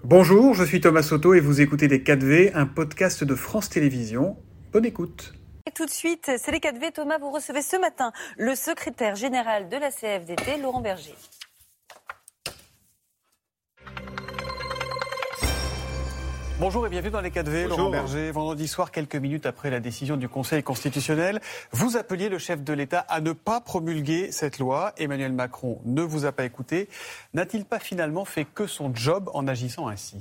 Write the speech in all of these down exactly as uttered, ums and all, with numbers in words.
Bonjour, je suis Thomas Soto et vous écoutez Les quatre V, un podcast de France Télévisions. Bonne écoute. Et tout de suite, c'est Les quatre V. Thomas, vous recevez ce matin le secrétaire général de la C F D T, Laurent Berger. Bonjour et bienvenue dans Les quatre V, Bonjour. Laurent Berger. Vendredi soir, quelques minutes après la décision du Conseil constitutionnel, vous appeliez le chef de l'État à ne pas promulguer cette loi. Emmanuel Macron ne vous a pas écouté. N'a-t-il pas finalement fait que son job en agissant ainsi ?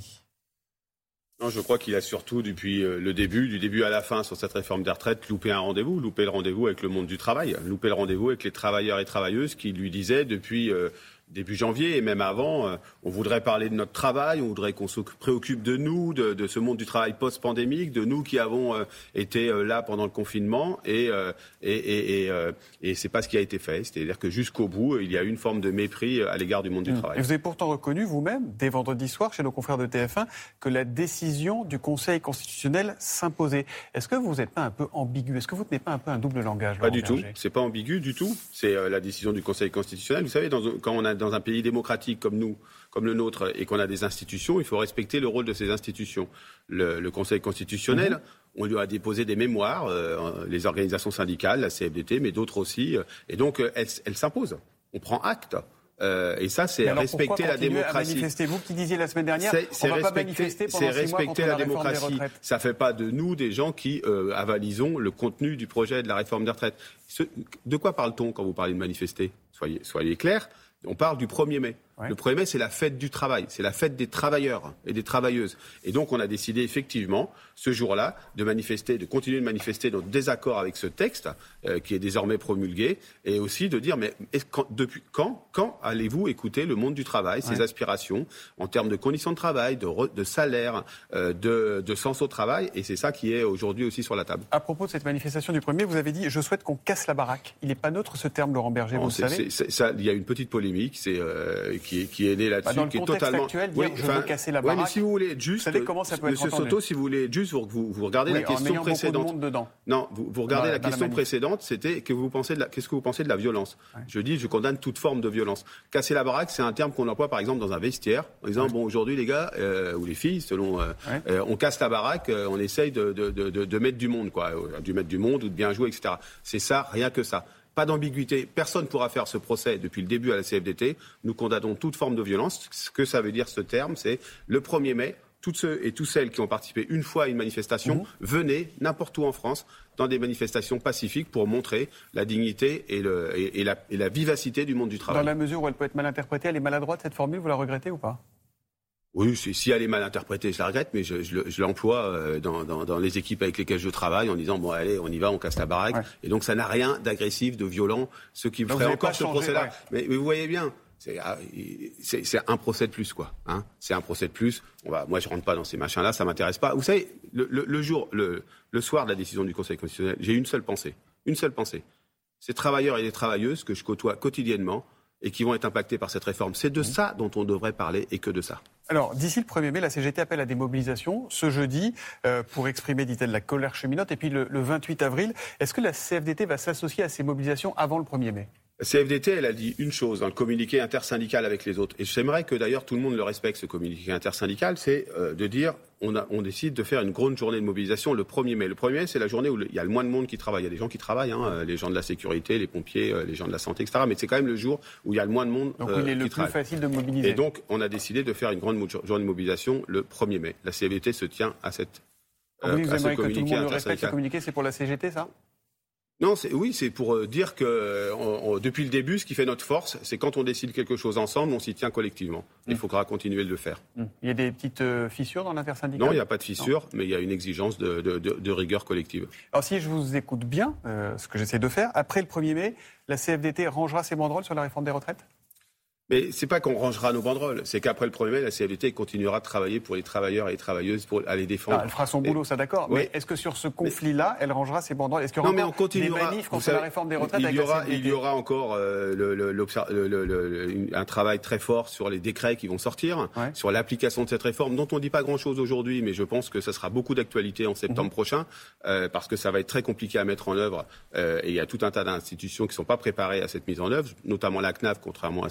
Non, je crois qu'il a surtout, depuis le début, du début à la fin, sur cette réforme des retraites, loupé un rendez-vous, loupé le rendez-vous avec le monde du travail, loupé le rendez-vous avec les travailleurs et travailleuses qui lui disaient depuis euh, début janvier et même avant, euh, on voudrait parler de notre travail, on voudrait qu'on se préoccupe de nous, de, de ce monde du travail post-pandémique, de nous qui avons euh, été euh, là pendant le confinement et, euh, et, et, et, euh, et c'est pas ce qui a été fait. C'est-à-dire que jusqu'au bout, il y a eu une forme de mépris à l'égard du monde du mmh. travail. Et vous avez pourtant reconnu vous-même, dès vendredi soir, chez nos confrères de T F un, que la décision du Conseil constitutionnel s'imposait. Est-ce que vous n'êtes pas un peu ambigu ? Est-ce que vous ne tenez pas un peu un double langage ? Pas du tout. Berger ? C'est pas ambigu du tout. C'est euh, la décision du Conseil constitutionnel. Vous savez, dans, quand on a dans un pays démocratique comme nous, comme le nôtre, et qu'on a des institutions, il faut respecter le rôle de ces institutions. Le, le Conseil constitutionnel, mmh. on lui a déposé des mémoires, euh, les organisations syndicales, la C F D T, mais d'autres aussi, euh, et donc euh, elle, elle s'impose. On prend acte. Euh, et ça, c'est alors respecter la démocratie. Manifester, vous qui disiez la semaine dernière, c'est, c'est on ne va pas manifester pendant c'est six mois contre la, la démocratie. réforme des retraites. Ça ne fait pas de nous des gens qui euh, avalisons le contenu du projet de la réforme des retraites. Ce, de quoi parle-t-on quand vous parlez de manifester ? Soyez, soyez clairs. On parle du premier mai. Ouais. Le premier mai, c'est la fête du travail, c'est la fête des travailleurs et des travailleuses. Et donc, on a décidé effectivement, ce jour-là, de manifester, de continuer de manifester notre désaccord avec ce texte euh, qui est désormais promulgué, et aussi de dire, mais quand, depuis quand, quand allez-vous écouter le monde du travail, ses ouais. aspirations en termes de conditions de travail, de, re, de salaire, euh, de, de sens au travail, et c'est ça qui est aujourd'hui aussi sur la table. À propos de cette manifestation du premier mai, vous avez dit, je souhaite qu'on casse la baraque. Il n'est pas neutre ce terme, Laurent Berger, non, vous le savez. c'est, c'est, ça, il y a une petite polémique, c'est euh, Qui est, qui est né là-dessus, bah dans le qui est contexte totalement. Actuel, dire, oui, je veux casser la baraque. Oui, mais si vous voulez être juste, vous savez comment ça peut Monsieur être entendu. Soto, si vous voulez être juste, vous, vous, vous regardez oui, la question en précédente. Beaucoup de monde dedans. Non, vous, vous regardez dans, la dans question la précédente, c'était que vous pensez de la, qu'est-ce que vous pensez de la violence. Ouais. Je dis, je condamne toute forme de violence. Casser la baraque, c'est un terme qu'on emploie par exemple dans un vestiaire, en disant ouais. bon, aujourd'hui les gars euh, ou les filles, selon, euh, ouais. euh, on casse la baraque, euh, on essaye de, de, de, de, de mettre du monde, quoi, du mettre du monde ou de bien jouer, et cetera. C'est ça, rien que ça. Pas d'ambiguïté. Personne ne pourra faire ce procès depuis le début à la C F D T. Nous condamnons toute forme de violence. Ce que ça veut dire, ce terme, c'est le premier mai. Toutes ceux et toutes celles qui ont participé une fois à une manifestation, mmh. venez n'importe où en France dans des manifestations pacifiques pour montrer la dignité et, le, et, et, la, et la vivacité du monde du travail. Dans la mesure où elle peut être mal interprétée, elle est maladroite, cette formule, vous la regrettez ou pas ? Oui, si elle est mal interprétée, je la regrette, mais je, je, je l'emploie dans, dans, dans les équipes avec lesquelles je travaille en disant bon allez, on y va, on casse la baraque. Ouais. Et donc ça n'a rien d'agressif, de violent, ce qui donc ferait encore ce changé, procès-là. Ouais. Mais, mais vous voyez bien, c'est, c'est, c'est un procès de plus, quoi. Hein, c'est un procès de plus. On va, moi, je rentre pas dans ces machins-là, ça m'intéresse pas. Vous savez, le, le, le jour, le, le soir de la décision du Conseil constitutionnel, j'ai une seule pensée, une seule pensée. Ces travailleurs et les travailleuses que je côtoie quotidiennement et qui vont être impactés par cette réforme. C'est de mmh. ça dont on devrait parler et que de ça. Alors, d'ici le premier mai, la C G T appelle à des mobilisations ce jeudi euh, pour exprimer, dit-elle, la colère cheminote. Et puis le, le vingt-huit avril, est-ce que la C F D T va s'associer à ces mobilisations avant le premier mai ? La C F D T, elle a dit une chose dans le communiqué intersyndical avec les autres. Et j'aimerais que d'ailleurs tout le monde le respecte, ce communiqué intersyndical, c'est euh, de dire on, a, on décide de faire une grande journée de mobilisation le premier mai. Le premier mai, c'est la journée où il y a le moins de monde qui travaille. Il y a des gens qui travaillent, hein, les gens de la sécurité, les pompiers, les gens de la santé, et cetera. Mais c'est quand même le jour où il y a le moins de monde donc, euh, il est le qui plus travaille. Facile de mobiliser. Et donc, on a décidé de faire une grande journée de mobilisation le premier mai. La C F D T se tient à cette euh, Vous, vous aimeriez que tout le monde le respecte, ce communiqué, c'est pour la C G T, ça ? Non, c'est, oui, c'est pour dire que on, on, depuis le début, ce qui fait notre force, c'est quand on décide quelque chose ensemble, on s'y tient collectivement. Mmh. Il faudra continuer de le faire. Mmh. Il y a des petites euh, fissures dans l'intersyndicale ? Non, il n'y a pas de fissures, non. mais il y a une exigence de, de, de, de rigueur collective. Alors si je vous écoute bien, euh, ce que j'essaie de faire, après le premier mai, la C F D T rangera ses banderoles sur la réforme des retraites ? Mais c'est pas qu'on rangera nos banderoles, c'est qu'après le premier mai, la C F D T continuera de travailler pour les travailleurs et les travailleuses pour aller défendre. Ah, elle fera son boulot, et... ça d'accord. Oui. Mais est-ce que sur ce conflit-là, mais... elle rangera ses banderoles ? Est-ce qu'il y aura non, mais des manifs contre savez, la réforme des retraites il avec y aura, la C F D T ? Il y aura encore euh, le, le, le, le, un travail très fort sur les décrets qui vont sortir, ouais. sur l'application de cette réforme, dont on ne dit pas grand-chose aujourd'hui, mais je pense que ça sera beaucoup d'actualité en septembre mmh. prochain, euh, parce que ça va être très compliqué à mettre en œuvre, euh, et il y a tout un tas d'institutions qui ne sont pas préparées à cette mise en œuvre, notamment la C N A V, contrairement à ce Prochain que dit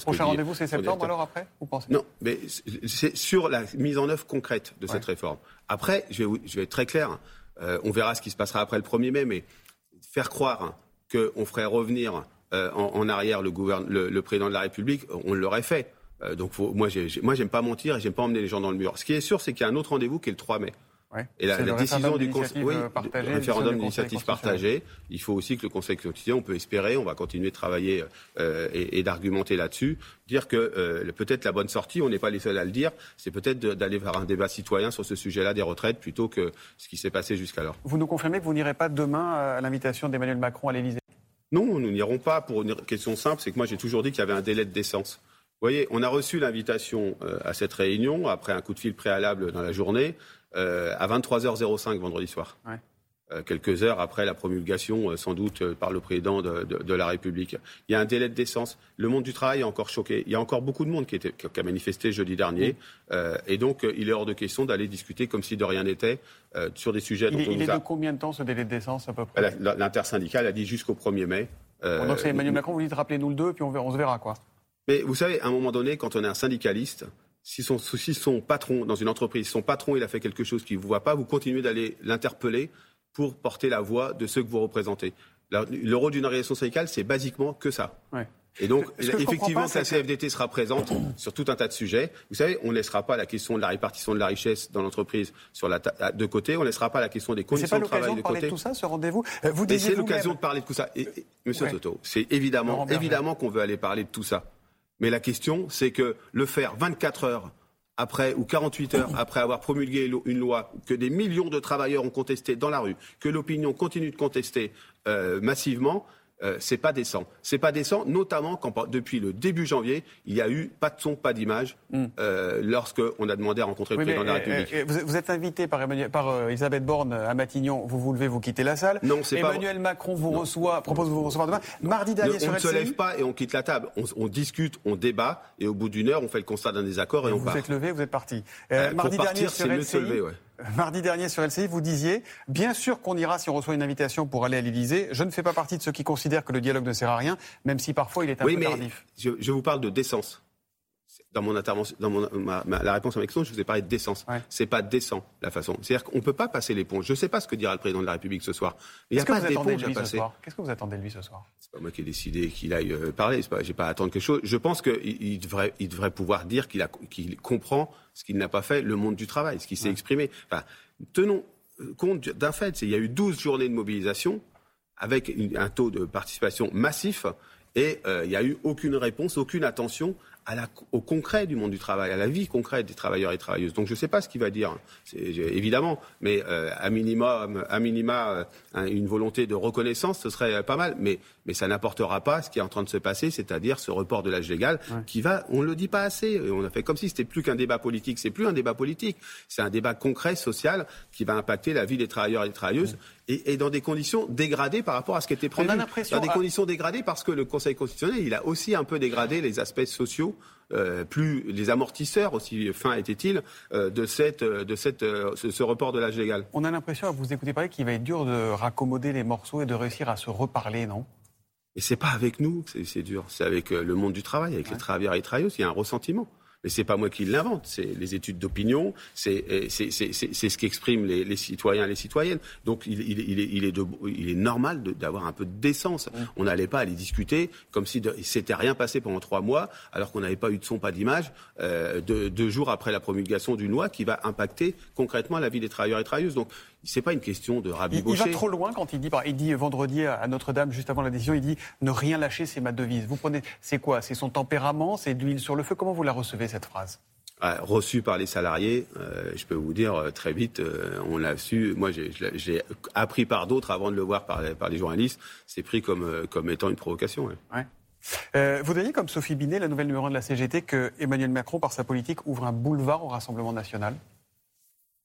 rendez-vous, c'est septembre alors après, vous pensez ? Non, mais c'est sur la mise en œuvre concrète de cette ouais. réforme. Après, je vais, je vais être très clair, euh, on verra ce qui se passera après le premier mai, mais faire croire qu'on ferait revenir euh, en, en arrière le, gouverne, le, le président de la République, on l'aurait fait. Euh, donc faut, moi, j'ai, j'ai, moi, j'aime pas mentir et j'aime pas emmener les gens dans le mur. Ce qui est sûr, c'est qu'il y a un autre rendez-vous qui est le trois mai. Ouais. Et la, la décision du Conseil, oui, partagée, référendum d'initiative partagée, il faut aussi que le Conseil constitutionnel, on peut espérer, on va continuer de travailler euh, et, et d'argumenter là-dessus, dire que euh, peut-être la bonne sortie, on n'est pas les seuls à le dire, c'est peut-être de, d'aller vers un débat citoyen sur ce sujet-là des retraites plutôt que ce qui s'est passé jusqu'alors. Vous nous confirmez que vous n'irez pas demain à l'invitation d'Emmanuel Macron à l'Élysée ? Non, nous n'irons pas pour une question simple, c'est que moi j'ai toujours dit qu'il y avait un délai de décence. Vous voyez, on a reçu l'invitation euh, à cette réunion après un coup de fil préalable dans la journée. Euh, à vingt-trois heures cinq vendredi soir, ouais. euh, quelques heures après la promulgation, euh, sans doute euh, par le président de, de, de la République. Il y a un délai de décence. Le monde du travail est encore choqué. Il y a encore beaucoup de monde qui, était, qui a manifesté jeudi dernier. Oui. Euh, et donc, euh, il est hors de question d'aller discuter comme si de rien n'était euh, sur des sujets... Il, dont on il est a... de combien de temps ce délai de décence à peu près ? L'intersyndicale a dit jusqu'au premier mai. Euh, bon, donc c'est Emmanuel Macron, vous dites rappelez-nous le deux, puis on, verra, on se verra quoi. Mais vous savez, à un moment donné, quand on est un syndicaliste... Si son, si son patron, dans une entreprise, son patron, il a fait quelque chose qu'il ne vous voit pas, vous continuez d'aller l'interpeller pour porter la voix de ceux que vous représentez. Le, le rôle d'une organisation syndicale, c'est basiquement que ça. Ouais. Et donc, effectivement, que la C F D T sera présente sur tout un tas de sujets. Vous savez, on ne laissera pas la question de la répartition de la richesse dans l'entreprise sur la ta- de côté. On ne laissera pas la question des conditions de travail de côté. C'est pas l'occasion de parler de tout ça, ce rendez-vous. Vous Mais c'est l'occasion de parler de tout ça. Et, et, Monsieur ouais. Toto, c'est évidemment, évidemment qu'on veut aller parler de tout ça. Mais la question, c'est que le faire vingt-quatre heures après ou quarante-huit heures après avoir promulgué une loi que des millions de travailleurs ont contesté dans la rue, que l'opinion continue de contester euh, massivement, euh, c'est pas décent. C'est pas décent, notamment quand depuis le début janvier, il y a eu pas de son, pas d'image, mm. euh, lorsqu'on a demandé à rencontrer oui, le président mais, de la République. Euh, vous, vous êtes invité par, Emmanuel, par euh, Elisabeth Borne à Matignon, vous vous levez, vous quittez la salle. Non, c'est Emmanuel pas... Macron vous non. reçoit, propose de vous recevoir demain. Mardi dernier ne, sur on L C I. On ne se lève pas et on quitte la table. On, on discute, on débat et au bout d'une heure, on fait le constat d'un désaccord et, et on vous part. Vous êtes levé, vous êtes parti. Euh, mardi, partir, dernier sur L C I, lever, ouais. mardi dernier sur L C I, vous disiez, bien sûr qu'on ira si on reçoit une invitation pour aller à l'Élysée. Je ne fais pas partie de ceux qui considèrent que le dialogue ne sert à rien, même si parfois il est un oui, peu mais tardif. Je, je vous parle de décence. Dans mon intervention, dans mon, ma, ma, la réponse à ma question, je vous ai parlé de décence. Ouais. C'est pas décent la façon. C'est-à-dire qu'on peut pas passer l'éponge. Je sais pas ce que dira le président de la République ce soir. Il n'y a pas d'éponge à passer. Qu'est-ce que vous attendez de lui ce soir ? C'est pas moi qui ai décidé qu'il aille euh, parler. C'est pas, j'ai pas à attendre quelque chose. Je pense qu'il il devrait, il devrait pouvoir dire qu'il a, qu'il comprend ce qu'il n'a pas fait, le monde du travail, ce qui s'est ouais. exprimé. Enfin, tenons compte d'un fait. C'est, il y a eu douze journées de mobilisation avec une, un taux de participation massif et euh, il n'y a eu aucune réponse, aucune attention à la, au concret du monde du travail, à la vie concrète des travailleurs et travailleuses. Donc je ne sais pas ce qu'il va dire, c'est, évidemment, mais euh, à minima, à minima euh, une volonté de reconnaissance, ce serait pas mal. Mais, mais ça n'apportera pas ce qui est en train de se passer, c'est-à-dire ce report de l'âge légal ouais. qui va, on ne le dit pas assez, on a fait comme si c'était plus qu'un débat politique. C'est plus un débat politique, c'est un débat concret, social, qui va impacter la vie des travailleurs et des travailleuses ouais. et, et dans des conditions dégradées par rapport à ce qui était prévu. On a l'impression dans des à... conditions dégradées parce que le Conseil constitutionnel, il a aussi un peu dégradé les aspects sociaux. Euh, plus les amortisseurs, aussi fin était-il, euh, de, cette, de cette, euh, ce, ce report de l'âge légal. On a l'impression, à vous écouter parler, qu'il va être dur de raccommoder les morceaux et de réussir à se reparler, non ? Et c'est pas avec nous que c'est, c'est dur, c'est avec euh, le monde du travail, avec ouais. les travailleurs et les travailleuses, il y a un ressentiment. Mais c'est pas moi qui l'invente, c'est les études d'opinion, c'est, c'est, c'est, c'est, c'est ce qu'expriment les, les citoyens et les citoyennes. Donc il, il, il, est, il, est, de, il est normal de, d'avoir un peu de décence. Mmh. On n'allait pas aller discuter comme si de, il s'était rien passé pendant trois mois, alors qu'on n'avait pas eu de son, pas d'image, euh, deux, deux jours après la promulgation d'une loi qui va impacter concrètement la vie des travailleurs et travailleuses. Donc c'est pas une question de rabibocher. Il va trop loin quand il dit, il dit vendredi à Notre-Dame, juste avant la décision, il dit ne rien lâcher, c'est ma devise. Vous prenez, c'est quoi ? C'est son tempérament, c'est de l'huile sur le feu. Comment vous la recevez cette phrase ? Ah, reçue par les salariés, euh, je peux vous dire euh, très vite, euh, on l'a su. Moi, j'ai, j'ai appris par d'autres avant de le voir par les, par les journalistes. C'est pris comme euh, comme étant une provocation. Ouais. Ouais. Euh, vous diriez, comme Sophie Binet, la nouvelle numéro un de la C G T, que Emmanuel Macron, par sa politique, ouvre un boulevard au Rassemblement national ?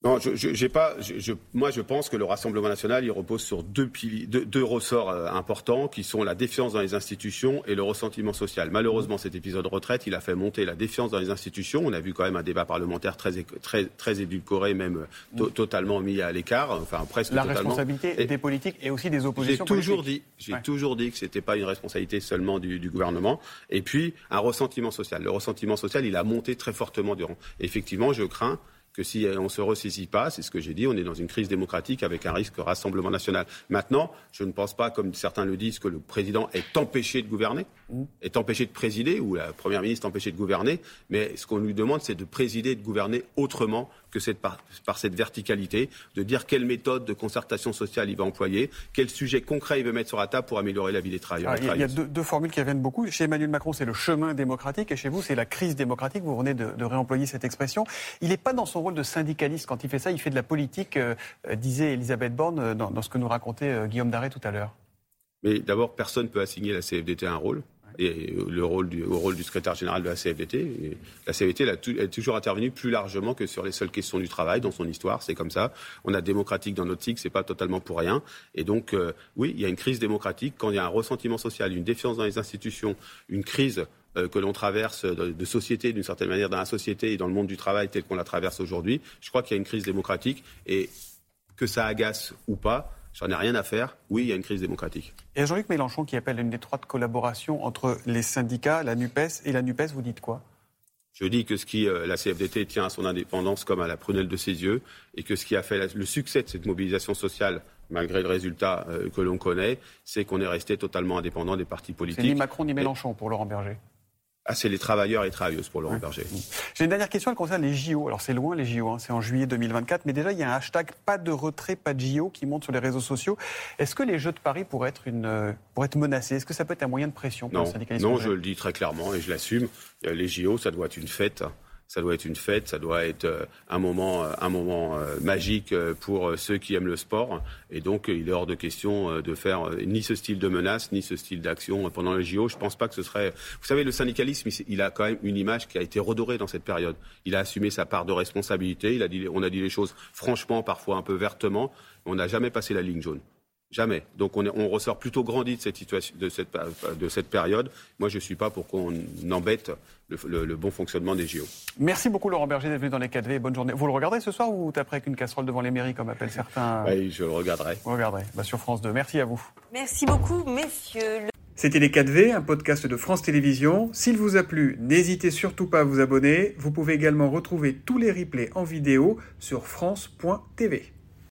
Non, je, je, j'ai pas. Je, je, moi, je pense que le Rassemblement national, il repose sur deux, pili, deux, deux ressorts euh, importants, qui sont la défiance dans les institutions et le ressentiment social. Malheureusement, cet épisode retraite, il a fait monter la défiance dans les institutions. On a vu quand même un débat parlementaire très, très, très édulcoré, même to, totalement mis à l'écart, enfin presque la totalement. La responsabilité et des politiques et aussi des oppositions. J'ai toujours politiques. dit, j'ai ouais. toujours dit que c'était pas une responsabilité seulement du, du gouvernement. Et puis un ressentiment social. Le ressentiment social, il a monté très fortement durant. Et effectivement, je crains que si on ne se ressaisit pas, c'est ce que j'ai dit, on est dans une crise démocratique avec un risque Rassemblement national. Maintenant, je ne pense pas, comme certains le disent, que le président est empêché de gouverner, mmh. est empêché de présider, ou la première ministre est empêchée de gouverner, mais ce qu'on lui demande, c'est de présider et de gouverner autrement que cette, par, par cette verticalité, de dire quelle méthode de concertation sociale il va employer, quel sujet concret il veut mettre sur la table pour améliorer la vie des travailleurs. Alors, il y a deux, deux formules qui reviennent beaucoup. Chez Emmanuel Macron, c'est le chemin démocratique, et chez vous, c'est la crise démocratique. Vous venez de, de réemployer cette expression. Il n'est pas dans son rôle de syndicaliste quand il fait ça, il fait de la politique, euh, disait Elisabeth Borne dans, dans ce que nous racontait euh, Guillaume Darret tout à l'heure. Mais d'abord, personne ne peut assigner la C F D T un rôle. Ouais. Et le rôle du, au rôle du secrétaire général de la C F D T. Et la C F D T elle a, tout, elle a toujours intervenu plus largement que sur les seules questions du travail dans son histoire. C'est comme ça. On a démocratique dans notre cycle, c'est pas totalement pour rien. Et donc, euh, oui, il y a une crise démocratique quand il y a un ressentiment social, une défiance dans les institutions, une crise euh, que l'on traverse de, de société, d'une certaine manière, dans la société et dans le monde du travail tel qu'on la traverse aujourd'hui. Je crois qu'il y a une crise démocratique et que ça agace ou pas, j'en ai rien à faire. Oui, il y a une crise démocratique. Et Jean-Luc Mélenchon qui appelle à une étroite collaboration entre les syndicats, la NUPES et la NUPES, vous dites quoi ? Je dis que ce qui, euh, la C F D T tient à son indépendance comme à la prunelle de ses yeux et que ce qui a fait la, le succès de cette mobilisation sociale, malgré le résultat euh, que l'on connaît, c'est qu'on est resté totalement indépendant des partis politiques. C'est ni Macron ni Mélenchon et... pour Laurent Berger. Ah, c'est les travailleurs et les travailleuses pour Laurent ouais. Berger. J'ai une dernière question, elle concerne les J O. Alors c'est loin les J O, hein, c'est en juillet deux mille vingt-quatre, mais déjà il y a un hashtag pas de retrait, pas de J O qui monte sur les réseaux sociaux. Est-ce que les Jeux de Paris pourraient être, une, euh, pourraient être menacés ? Est-ce que ça peut être un moyen de pression pour non, le syndicalisme ? Non, je le dis très clairement et je l'assume. Les J O, ça doit être une fête. Ça doit être une fête, ça doit être un moment, un moment magique pour ceux qui aiment le sport. Et donc, il est hors de question de faire ni ce style de menace, ni ce style d'action pendant les J O. Je ne pense pas que ce serait... Vous savez, le syndicalisme, il a quand même une image qui a été redorée dans cette période. Il a assumé sa part de responsabilité. Il a dit, on a dit les choses franchement, parfois un peu vertement. On n'a jamais passé la ligne jaune. Jamais. Donc on, est, on ressort plutôt grandi de cette situation, de cette, de cette période. Moi, je ne suis pas pour qu'on embête le, le, le bon fonctionnement des J O. Merci beaucoup Laurent Berger d'être venu dans les quatre V. Bonne journée. Vous le regarderez ce soir ou vous taperez avec une casserole devant les mairies, comme appellent certains ? Oui, je le regarderai. Vous regarderez. Bah, sur France deux. Merci à vous. Merci beaucoup, messieurs. C'était les quatre V, un podcast de France Télévisions. S'il vous a plu, n'hésitez surtout pas à vous abonner. Vous pouvez également retrouver tous les replays en vidéo sur France point T V.